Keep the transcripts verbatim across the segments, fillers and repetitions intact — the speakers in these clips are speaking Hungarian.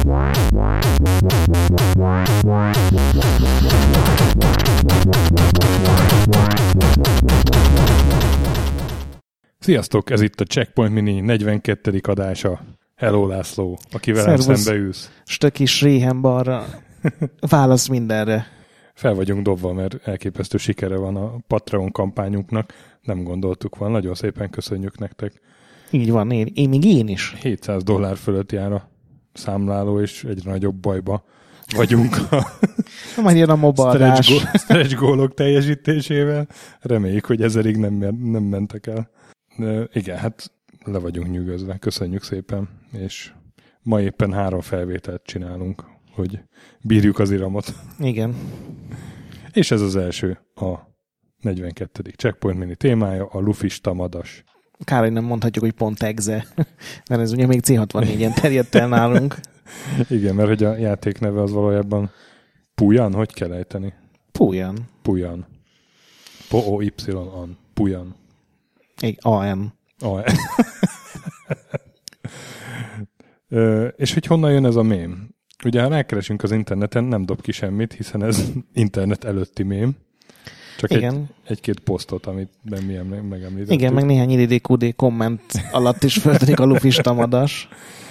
Sziasztok, ez itt a Checkpoint Mini negyvenkettedik adása. Hello László, aki velem szembe ülsz. Stökis réhen balra. Válasz mindenre. Fel vagyunk dobva, mert elképesztő sikere van a Patreon kampányunknak. Nem gondoltuk van, nagyon szépen köszönjük nektek. Így van, én, én még én is. hétszáz dollár fölött jár a számláló, és egyre nagyobb bajba vagyunk a majd jön a mobilás. Stretch, stretch gólok teljesítésével. Reméljük, hogy ezerig nem, nem mentek el. De igen, hát le vagyunk nyűgözve. Köszönjük szépen. És ma éppen három felvételt csinálunk, hogy bírjuk az iramot. Igen. És ez az első, a negyvenkettedik Checkpoint Mini témája, a lufista madas. Kár, hogy nem mondhatjuk, hogy pont exe, mert ez ugye még cé hatvannégyen terjedt el nálunk. Igen, mert hogy a játék neve az valójában Puyan, hogy kell ejteni? Puyan. Puyan. P-O-Y-an. Puyan. A-N. A-N. És hogy honnan jön ez a mém? Ugye, ha rákeresünk az interneten, nem dob ki semmit, hiszen ez internet előtti mém. Csak egy, egy-két posztot, amit milyen megemlítettük. Igen, meg néhány i dé dé kú dé komment alatt is föltörik a lufista madas.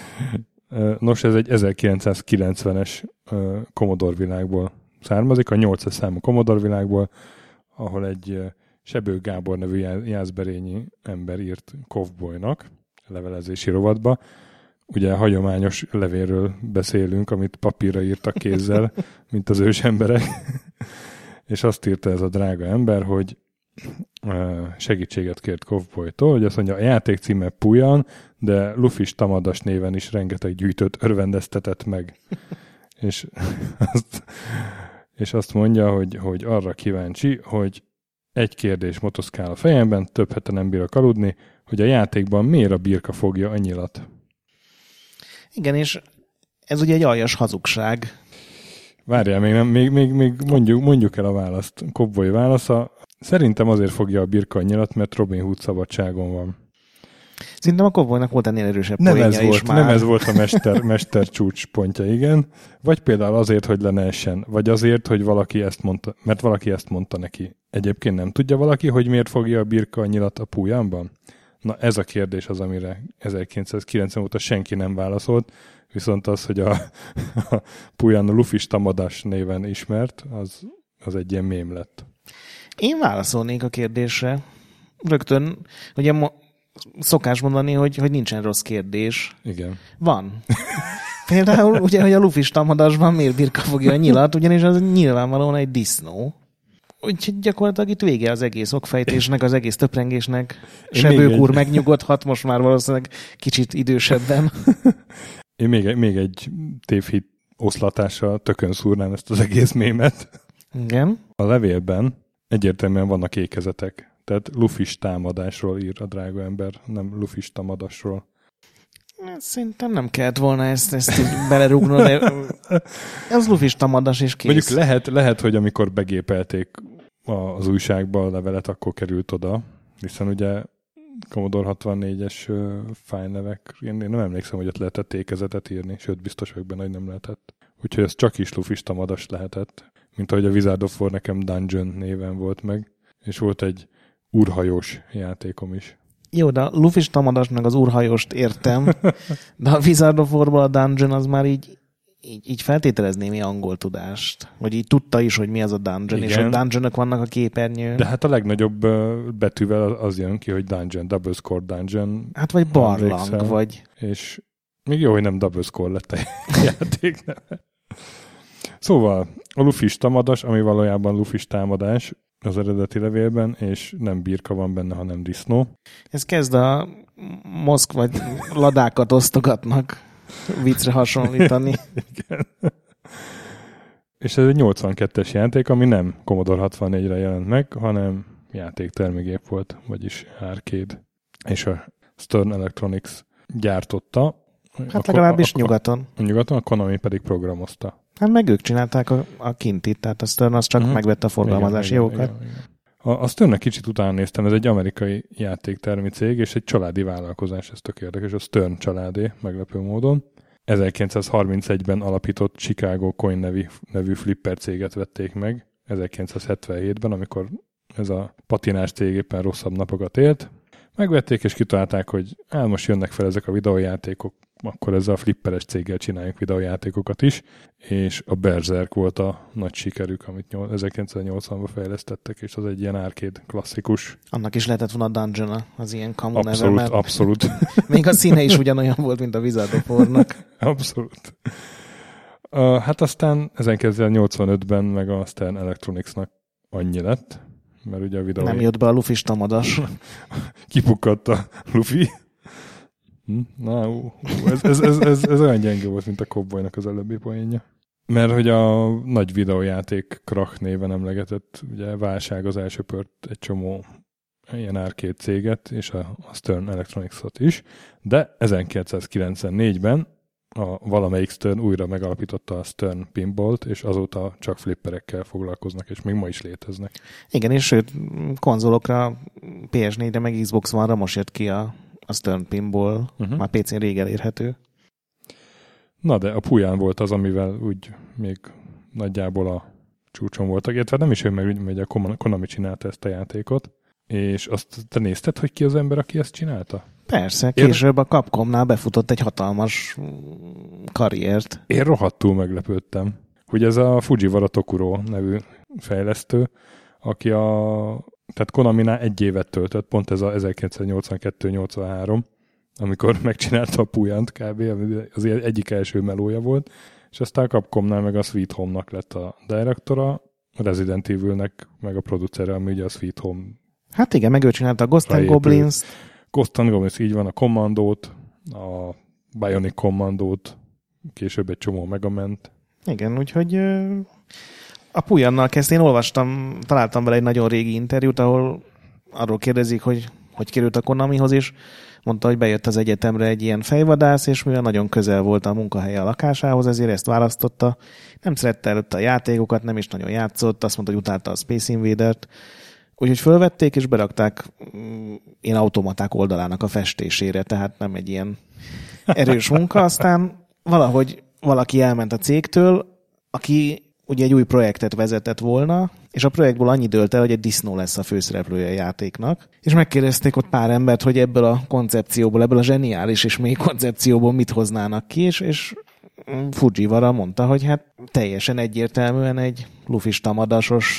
Nos, ez egy ezerkilencszázkilencvenes Commodore világból származik, a nyolcas számú Commodore világból, ahol egy Sebő Gábor nevű jászberényi ember írt Cowboynak levelezési rovatba. Ugye a hagyományos levélről beszélünk, amit papírra írtak kézzel, mint az ős emberek. És azt írta ez a drága ember, hogy segítséget kért Cowboytól, hogy azt mondja, a játék címe Puyan, de lufista madas néven is rengeteg gyűjtőt örvendeztetett meg. és, azt, és azt mondja, hogy, hogy arra kíváncsi, hogy egy kérdés motoszkál a fejemben, több hete nem bírok aludni, hogy a játékban miért a birka fogja a nyilat. Igen, és ez ugye egy aljas hazugság. Várjál, még, nem, még, még, még mondjuk, mondjuk el a választ. Cowboy válasza. Szerintem azért fogja a birka a nyilat, mert Robin Hood szabadságon van. Szerintem a Cowboynak volt ennél erősebb nem poénja ez volt, is már. Nem ez volt a mester, mester csúcspontja, igen. Vagy például azért, hogy le ne essen, vagy azért, hogy valaki ezt mondta, mert valaki ezt mondta neki. Egyébként nem tudja valaki, hogy miért fogja a birka a nyilat a Puyanban? Na ez a kérdés az, amire ezerkilencszázkilencven óta senki nem válaszolt, viszont az, hogy a, a Puyan lufista madas néven ismert, az, az egy ilyen mém lett. Én válaszolnék a kérdésre. Rögtön, ugye mo- szokás mondani, hogy, hogy nincsen rossz kérdés. Igen. Van. Például ugye, hogy a lufista madasban miért birka fogja a nyilat, ugyanis az nyilvánvalóan egy disznó. Úgyhogy gyakorlatilag itt vége az egész okfejtésnek, az egész töprengésnek. Sebők úr egy... megnyugodhat, most már valószínűleg kicsit idősebben. Én még egy, még egy tévhit oszlatással tökön szúrnám ezt az egész mémet. Igen. A levélben egyértelműen vannak ékezetek. Tehát lufis támadásról ír a drága ember, nem lufis támadásról. Szerintem nem kellett volna ezt, ezt így belerúgnod, de ez lufis támadás és kész. Mondjuk lehet, lehet, hogy amikor begépelték az újságba a levelet, akkor került oda, hiszen ugye Commodore hatvannégyes fájlnevek, én nem emlékszem, hogy ott lehetett ékezetet írni, sőt biztos vagyok benne, hogy nem lehetett. Úgyhogy ez csak is lufista madas lehetett, mint ahogy a Wizard of War nekem Dungeon néven volt meg, és volt egy úrhajós játékom is. Jó, de a lufista madas meg az úrhajóst értem, de a Wizard of War-ból a Dungeon az már így, így, így feltételezné mi angol tudást. Vagy így tudta is, hogy mi az a Dungeon, igen. És hogy Dungeonok vannak a képernyőn. De hát a legnagyobb betűvel az jön ki, hogy Dungeon, Double Score Dungeon. Hát vagy barlang, vagy... És még jó, hogy nem Double Score lett a játék neve. Szóval a lufista madas, ami valójában lufis támadás az eredeti levélben, és nem birka van benne, hanem disznó. Ez kezd a moszk vagy ladákat osztogatnak viccre hasonlítani. Igen. És ez egy nyolcvankettes játék, ami nem Commodore hatvannégyre jelent meg, hanem játéktermigép volt, vagyis arcade. És a Stern Electronics gyártotta. Hát legalábbis a, nyugaton. A nyugaton, a Konami pedig programozta. Hát meg ők csinálták a, a kintit, tehát a Stern az csak uh-huh. megvette a forgalmazási igen, jogokat. Igen, igen, igen. A, a Sternnek kicsit utána néztem, ez egy amerikai játéktermi cég, és egy családi vállalkozás, ez tök érdekes, a Stern családé, meglepő módon. ezerkilencszázharmincegyben alapított Chicago Coin nevű, nevű flipper céget vették meg ezerkilencszázhetvenhétben, amikor ez a patinás cég éppen rosszabb napokat élt. Megvették és kitalálták, hogy á, most jönnek fel ezek a videójátékok, akkor ezzel a flipperes céggel csináljuk videójátékokat is, és a Berserk volt a nagy sikerük, amit ezerkilencszáznyolcvanban fejlesztettek, és az egy ilyen arcade klasszikus. Annak is lehetett volna a Dungeon, az ilyen kamu abszolút, neve, mert abszolút. még a színe is ugyanolyan volt, mint a Wizard of War-nak. Abszolút. Uh, hát aztán ezerkilencszáznyolcvanötben meg a Stern Electronicsnak annyi lett, mert ugye a videó... Nem jött be a Luffy stamadas. Kipukkadt a Luffy. Na, ú, ez, ez, ez, ez, ez olyan gyenge volt, mint a Cowboynak az előbbi poénja. Mert hogy a nagy videójáték Krach néven emlegetett ugye válság az elsöpört egy csomó ilyen arcade céget, és a, a Stern Electronics-ot is, de ezerkilencszázkilencvennégyben a valamelyik Stern újra megalapította a Stern Pinballt, és azóta csak flipperekkel foglalkoznak, és még ma is léteznek. Igen, és sőt, konzolokra, pé es négyre, meg Xbox One-ra most jött ki a, a Stern Pinball, uh-huh. Már pé cén rég elérhető. Na de a Puján volt az, amivel úgy még nagyjából a csúcson voltak, illetve nem is ő, mert ugye a Konami csinálta ezt a játékot, és azt te nézted, hogy ki az ember, aki ezt csinálta? Persze, később a Capcomnál befutott egy hatalmas karriert. Én rohadtul meglepődtem, hogy ez a Fujiwara Tokuro nevű fejlesztő, aki a tehát Konaminál egy évet töltött, pont ez a ezerkilencszáznyolcvankettő nyolcvanhárom, amikor megcsinálta a Pujánt kb. Az egyik első melója volt, és aztán a Capcomnál meg a Sweet Home-nak lett a directora, a Resident Evil-nek meg a producere, ami ugye a Sweet Home. Hát igen, meg ő csinálta a Ghost and Goblins. Ghost and Goblins, így van, a Commandót, a Bionic Commandót, később egy csomó Megament. Igen, úgyhogy a Pujannal kezd, én olvastam, találtam vele egy nagyon régi interjút, ahol arról kérdezik, hogy hogy került a Konamihoz, és mondta, hogy bejött az egyetemre egy ilyen fejvadász, és mivel nagyon közel volt a munkahelye a lakásához, ezért ezt választotta. Nem szerette előtte a játékokat, nem is nagyon játszott, azt mondta, hogy utálta a Space Invadert. Úgyhogy fölvették, és berakták ilyen automaták oldalának a festésére, tehát nem egy ilyen erős munka. Aztán valahogy valaki elment a cégtől, aki ugye egy új projektet vezetett volna, és a projektból annyi dőlt el, hogy egy disznó lesz a főszereplője a játéknak. És megkérdezték ott pár embert, hogy ebből a koncepcióból, ebből a zseniális és mély koncepcióból mit hoznának ki, és, és Fujiwara mondta, hogy hát teljesen egyértelműen egy Luffy tamadasos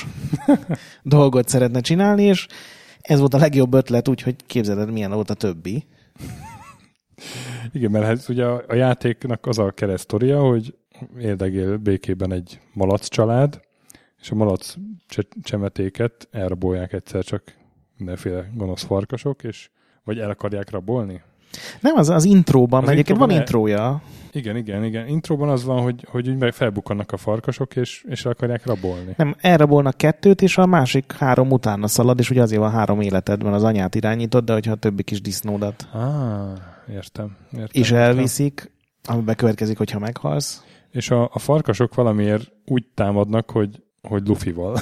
dolgot szeretne csinálni, és ez volt a legjobb ötlet, úgyhogy képzeld, milyen volt a többi. Igen, mert hát ugye a, a játéknak az a keresztoria, hogy érdegél békében egy malac család, és a malac csemetéket elrabolják egyszer csak mindenféle gonosz farkasok, és vagy el akarják rabolni? Nem, az az intróban, mert egyébként van el... intrója. Igen, igen, igen. Intróban az van, hogy, hogy úgy felbukkannak a farkasok, és, és el akarják rabolni. Nem, elrabolnak kettőt, és a másik három utána szalad, és ugye azért van három életed, mert az anyát irányítod, de hogyha a többi kis disznódat ah, értem, értem. is elviszik, amiben következik, hogyha meghalsz. És a, a farkasok valamiért úgy támadnak, hogy, hogy Luffy-val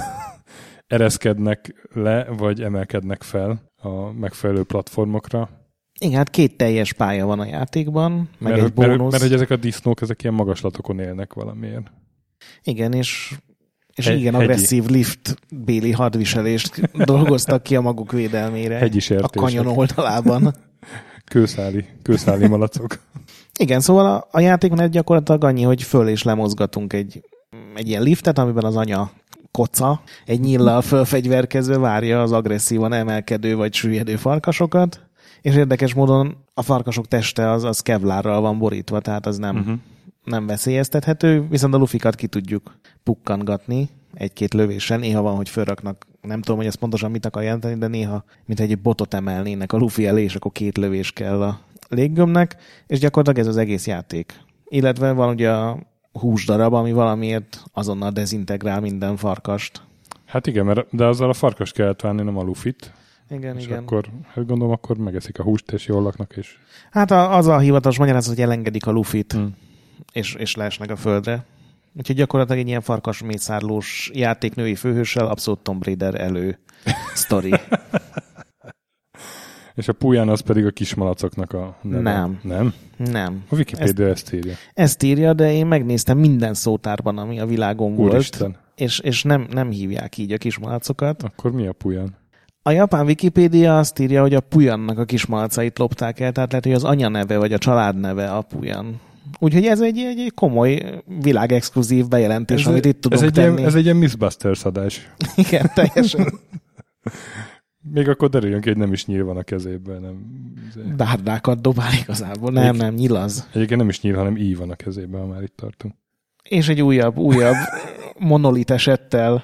ereszkednek le, vagy emelkednek fel a megfelelő platformokra. Igen, hát két teljes pálya van a játékban, meg mert, egy bónusz. Mert, mert hogy ezek a disznók, ezek ilyen magaslatokon élnek valamiért. Igen, és, és Hegy, igen, agresszív lift-béli hadviselést dolgoztak ki a maguk védelmére. Hegyisértések. A kanyon oldalában. Kőszáli, kőszáli malacok. Igen, szóval a, a játékon gyakorlatilag annyi, hogy föl és lemozgatunk egy, egy ilyen liftet, amiben az anya koca egy nyíllal fölfegyverkezve várja az agresszívan emelkedő vagy süllyedő farkasokat, és érdekes módon a farkasok teste az, az kevlárral van borítva, tehát az nem, uh-huh. nem veszélyeztethető, viszont a lufikat ki tudjuk pukkangatni egy-két lövéssel. Néha van, hogy fölraknak, nem tudom, hogy ez pontosan mit akar jelenteni, de néha, mint egy botot emelnének a lufi elé, és akkor két lövés kell a léggömbnek, és gyakorlatilag ez az egész játék. Illetve van ugye a húsdarab, ami valamiért azonnal dezintegrál minden farkast. Hát igen, mert, de azzal a farkast kellett várni, nem a lufit. Igen, és igen. akkor, hát gondolom, akkor megeszik a húst, és jól laknak, és... Hát az a hivatalos magyarázat, hogy elengedik a lufit, hmm. és, és leesnek a földre. Úgyhogy gyakorlatilag egy ilyen farkas mészárlós játéknői főhőssel abszolút Tomb Raider elő sztori. És a Puyan az pedig a kismalacoknak a neve. Nem. Nem? Nem. A Wikipédia ezt, ezt írja. Ezt írja, de én megnéztem minden szótárban, ami a világon Úristen. volt. És, és nem, nem hívják így a kismalacokat. Akkor mi a Puyan? A japán Wikipédia azt írja, hogy a Puyannak a kismalacait lopták el, tehát lehet, hogy az anyaneve vagy a családneve a Puyan. Úgyhogy ez egy, egy, egy komoly világexkluzív bejelentés, ez amit itt tudunk ez egy tenni. Ilyen, ez egy ilyen Mythbusters adás. Igen, teljesen. Még akkor derüljön ki, hogy nem is nyíl van a kezében. Nem... Dárdákat dobál igazából. Nem, nem, nyíl az. Egyébként nem is nyíl, hanem íj van a kezében, ha már itt tartunk. És egy újabb, újabb monolit esettel.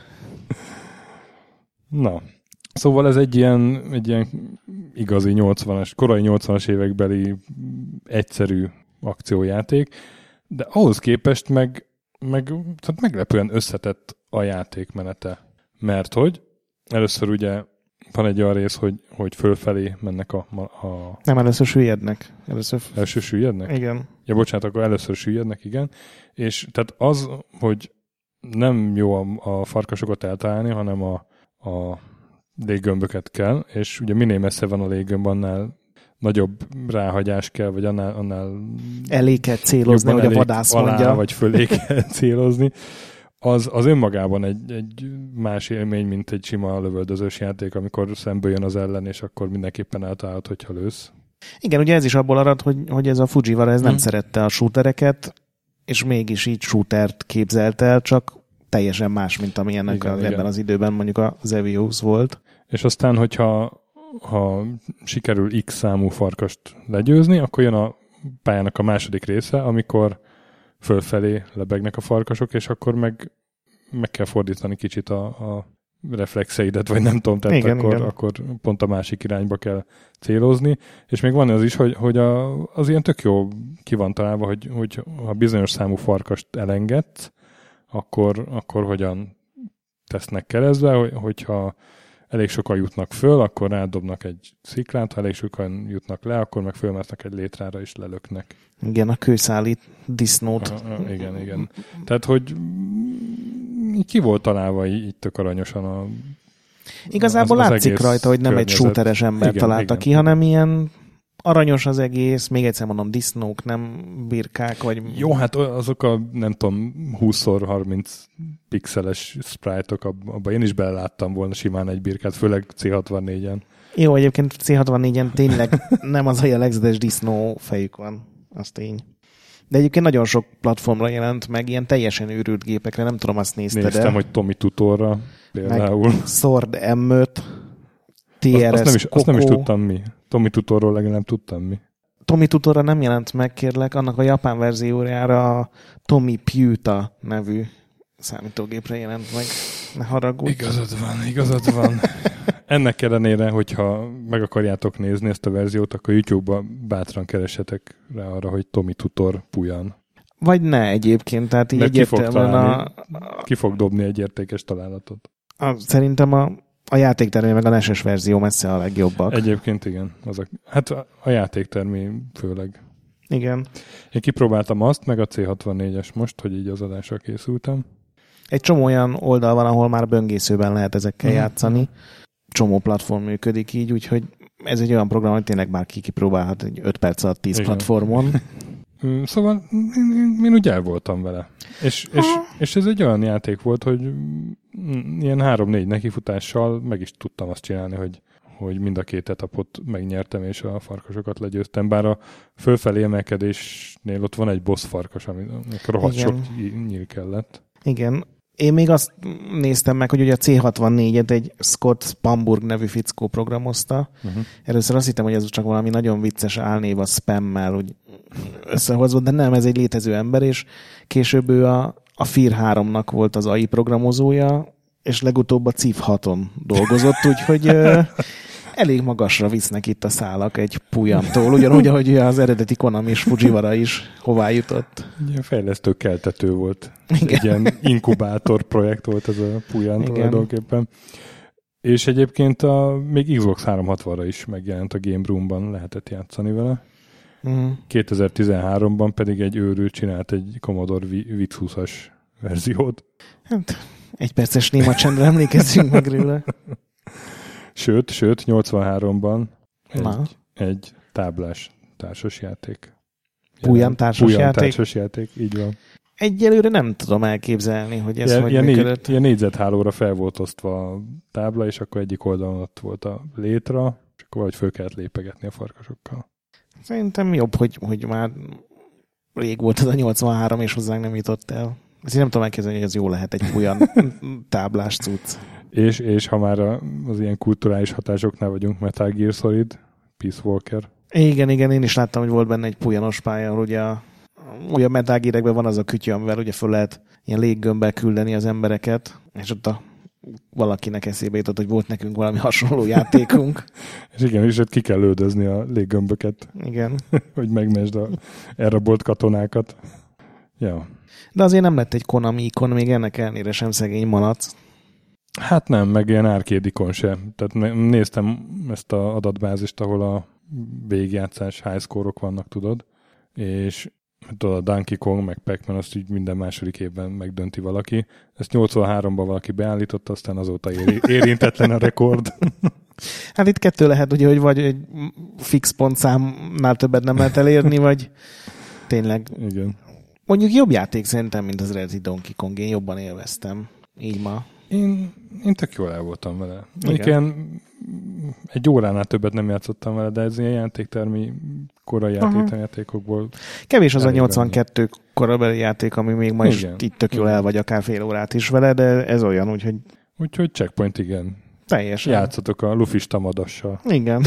Na, szóval ez egy ilyen, egy ilyen igazi nyolcvanas, korai nyolcvanas évekbeli egyszerű akciójáték, de ahhoz képest meg, meg tehát meglepően összetett a játékmenete. Mert hogy először ugye van egy olyan rész, hogy, hogy fölfelé mennek a... a... Nem, először süllyednek. Először, először süllyednek? Igen. Ja, bocsánat, akkor először süllyednek, igen. És tehát az, hogy nem jó a, a farkasokat eltalálni, hanem a, a léggömböket kell, és ugye minél messze van a léggömb, annál nagyobb ráhagyás kell, vagy annál... annál elé kell célozni, hogy a vadász alá, mondja. Vagy fölé kell célozni. Az, az önmagában egy, egy más élmény, mint egy sima lövöldözős játék, amikor szembe jön az ellen, és akkor mindenképpen eltalálod, hogyha lősz. Igen, ugye ez is abból arad, hogy, hogy ez a Fujiwara ez nem hmm. szerette a shootereket, és mégis így shootert képzelt el, csak teljesen más, mint amilyennek igen, az, igen. ebben az időben mondjuk az Evious volt. És aztán, hogyha ha sikerül X számú farkast legyőzni, akkor jön a pályának a második része, amikor fölfelé lebegnek a farkasok, és akkor meg, meg kell fordítani kicsit a, a reflexeidet, vagy nem tudom, tehát igen, akkor, igen. akkor pont a másik irányba kell célozni. És még van az is, hogy, hogy a, az ilyen tök jó ki van találva, hogy, hogy ha bizonyos számú farkast elengedsz, akkor, akkor hogyan tesznek keresztbe, hogy, hogyha elég sokan jutnak föl, akkor rádobnak egy sziklát, ha elég sokan jutnak le, akkor meg fölmásznak egy létrára és lelöknek. Igen, a kőszáli disznót. A, a, igen, igen. Tehát, hogy ki volt találva így, így tök aranyosan a Igazából az, az látszik rajta, hogy nem környezet. egy shooteres ember igen, találta igen. ki, hanem ilyen aranyos az egész, még egyszer mondom, disznók, nem birkák, vagy... Jó, hát azok a, nem tudom, húsz harminc pixeles sprite-ok, abban én is beleláttam volna simán egy birkát, főleg cé hatvannégyen. Jó, egyébként cé hatvannégyen tényleg nem az a jellegzetes disznó fejük van, az tény. De egyébként nagyon sok platformra jelent meg, ilyen teljesen őrült gépekre, nem tudom, azt nézted Néztem, el. hogy Tommy Tutorra például. Meg Sword em öt, té er es azt, azt, nem is, azt nem is Coco. tudtam mi. Tommy Tutorról legalább tudtam mi. Tommy Tutorra nem jelent meg, kérlek, annak a japán verziójára a Tommy Pyuta nevű számítógépre jelent meg. Ne haragudj. Igazad van, igazad van. Ennek ellenére, hogyha meg akarjátok nézni ezt a verziót, akkor YouTube-ba bátran keresetek rá arra, hogy Tommy Tutor Puyan. Vagy ne egyébként, tehát így Mert ki fog, egyértelműen a, találni, ki fog dobni egy értékes találatot. a, szerintem a, a játéktermé meg a neses verzió messze a legjobbak. Egyébként igen. Az a, hát a, a játéktermé főleg. Igen. Én kipróbáltam azt, meg a cé hatvannégyes most, hogy így az adásra készültem. Egy csomó olyan oldal van, ahol már böngészőben lehet ezekkel Mhm. játszani. Csomó platform működik így, úgyhogy ez egy olyan program, hogy tényleg bárki kipróbálhat egy öt perc alatt tíz Igen. platformon. Mm, Szóval én, én, én úgy el voltam vele. És, és, és ez egy olyan játék volt, hogy mm, ilyen három-négy nekifutással meg is tudtam azt csinálni, hogy, hogy mind a két etapot megnyertem, és a farkasokat legyőztem. Bár a fölfelé emelkedésnél ott van egy boss farkas, aminek rohadt Igen. sok nyíl kellett. Igen. Én még azt néztem meg, hogy ugye a cé hatvannégyet egy Scott Spamburg nevű fickó programozta. Uh-huh. Először azt hittem, hogy ez csak valami nagyon vicces álnév a spammel úgy összehozva, de nem, ez egy létező ember, és később ő a, a Fear háromnak volt az á i programozója, és legutóbb a Civ haton dolgozott, úgyhogy ö, elég magasra visznek itt a szálak egy Puyantól, ugyanúgy, ahogy az eredeti Konami és Fujiwara is hová jutott. Ilyen fejlesztő keltető volt. Igen. Egy ilyen inkubátor projekt volt ez a Puyan Igen. tulajdonképpen. És egyébként a, még Xbox háromszázhatvanra is megjelent a Game Room-ban, lehetett játszani vele. Mm. kétezer-tizenháromban pedig egy őrült csinált egy Commodore Vic húszas verziót. Hát, egy perces néma csendre emlékezzünk meg róla. Sőt, sőt, nyolcvanháromban egy, egy táblás társasjáték. Puyan társasjáték? Puyan társasjáték, így van. Egyelőre nem tudom elképzelni, hogy ez ilyen, hogy ilyen működött. Négy, ilyen négyzethálóra fel volt osztva a tábla, és akkor egyik oldalon ott volt a létra, és akkor valahogy föl kellett lépegetni a farkasokkal. Szerintem jobb, hogy, hogy már rég volt ez a nyolcvanhárom, és hozzánk nem jutott el. Ezt én nem tudom elképzelni, hogy ez jó lehet egy olyan táblás cucc. És, és ha már az ilyen kulturális hatásoknál vagyunk, Metal Gear Solid, Peace Walker. Igen, igen, én is láttam, hogy volt benne egy puyanos pálya, ahol ugye a, ugye a Metal Gear-ekben van az a kütyű, amivel ugye föl lehet ilyen léggömbbel küldeni az embereket, és ott a, valakinek eszébe jutott, hogy volt nekünk valami hasonló játékunk. És igen, és ott ki kell lődözni a léggömböket. Igen. hogy megmesd a elrabolt katonákat. Ja. De azért nem lett egy Konami ikon, még ennek ellenére sem szegény malac. Hát nem, meg ilyen arcade ikon sem. Tehát néztem ezt az adatbázist, ahol a végigjátszás high score-ok vannak, tudod, és tudod, a Donkey Kong, meg Pac-Man azt így minden második évben megdönti valaki. Ezt nyolcvanháromban valaki beállította, aztán azóta éri, érintetlen a rekord. Hát itt kettő lehet, ugye, hogy vagy egy fix pontszámnál többet nem lehet elérni, vagy tényleg. Igen. Mondjuk jobb játék szerintem, mint az eredeti Donkey Kong. Én jobban élveztem. Így ma. Én, én tök jól el voltam vele. Mondjuk ilyen egy óránál többet nem játszottam vele, de ez ilyen játéktermi korai játékokból. Kevés az a nyolcvankettő korabeli játék, ami még ma is itt tök jól el vagy akár fél órát is vele, de ez olyan, úgyhogy... Úgyhogy Checkpoint, igen. Teljesen. Játszatok a lufis tamadassal. Igen.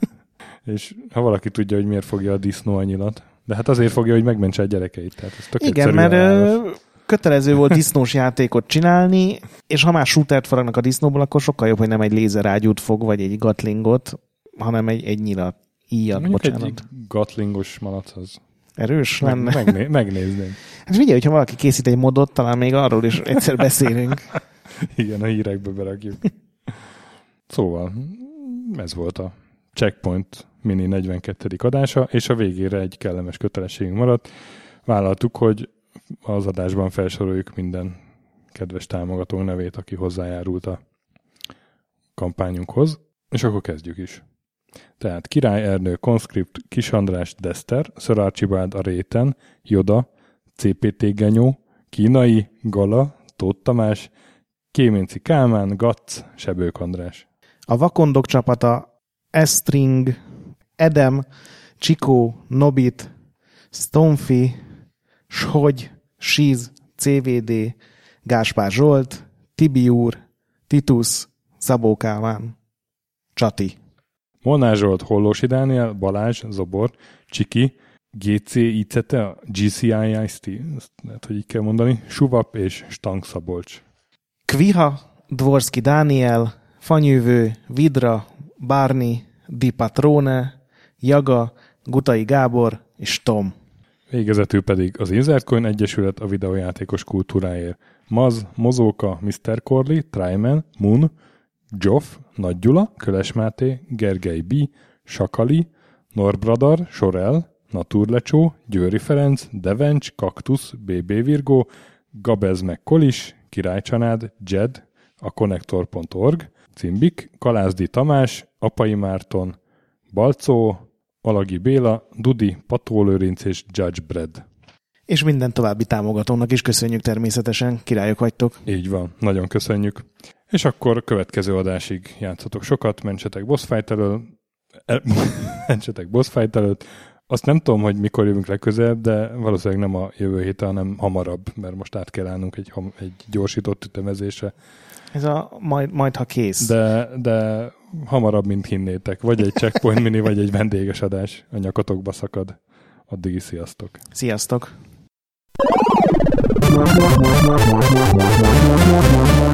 És ha valaki tudja, hogy miért fogja a disznó a nyilat, de hát azért fogja, hogy megmentse a gyerekeit. Tehát ez tök igen, mert ö, kötelező volt disznós játékot csinálni, és ha már shootert faragnak a disznóból, akkor sokkal jobb, hogy nem egy lézerágyút fog, vagy egy gatlingot, hanem egy, egy nyilat. Íjat, mondjuk bocsánat. egy gatlingos malac az. Erős Meg, lenne. Megné, megnézném. Hát figyelj, hogyha valaki készít egy modot, talán még arról is egyszer beszélünk. Igen, a hírekbe berakjuk. Szóval, ez volt a Checkpoint Mini negyvenkettedik adása, és a végére egy kellemes kötelességünk maradt. Vállaltuk, hogy az adásban felsoroljuk minden kedves támogatónk nevét, aki hozzájárult a kampányunkhoz, és akkor kezdjük is. Tehát Király Ernő, Conscript, Kis András, Dexter, Sir Archibald a Réten, Joda, cé pé té Genyó, Kínai, Gala, Tóth Tamás, Kéménci Kálmán, Gatz, Sebők András. A Vakondok csapata, Estring, Edem, Csikó, Nobit, Stonfi, Shogy, Siz, cé vé dé, Gáspár Zsolt, Tibiúr, Titus, Szabó Kálmán, Csati. Molnár Zsolt, Hollósi Dániel, Balázs, Zobor, Csiki, gé cé i cé té, gé cé i es té, ezt lehet, hogy így kell mondani, Suvap és Stank Szabolcs. Kviha, Dvorski Dániel, Fanyűvő, Vidra, Bárni, Di Patrone, Jaga, Gutai Gábor és Tom. Végezetül pedig az Insert Coin Egyesület a videójátékos kultúráért. Maz, Mozóka, miszter Corley, Tryman, Moon, Joff, Nagy Gyula, Köles Máté, Gergely B, Sakali, Norbradar, Sorel, Naturlecsó, Győri Ferenc, Devencs, Kaktusz, bé bé Virgó, Gabez meg Kolis, Királycsanád, Jed, a konnektor pont org, Cimbik, Kalázdi Tamás, Apai Márton, Balcó, Alagi Béla, Dudi, Pató Lőrinc és Judge Brad. És minden további támogatónak is köszönjük természetesen, királyok vagytok. Így van, nagyon köszönjük. És akkor következő adásig játszatok sokat, mentsetek boss fight elől, el, mentsetek boss fight előtt. Azt nem tudom, hogy mikor jövünk legközelebb, de valószínűleg nem a jövő héten, hanem hamarabb, mert most át kell állnunk egy, egy gyorsított ütemezésre. Ez a majd, majd ha kész. De, de hamarabb, mint hinnétek. Vagy egy Checkpoint Mini, vagy egy vendéges adás a nyakatokba szakad. Addig is sziasztok! Sziasztok!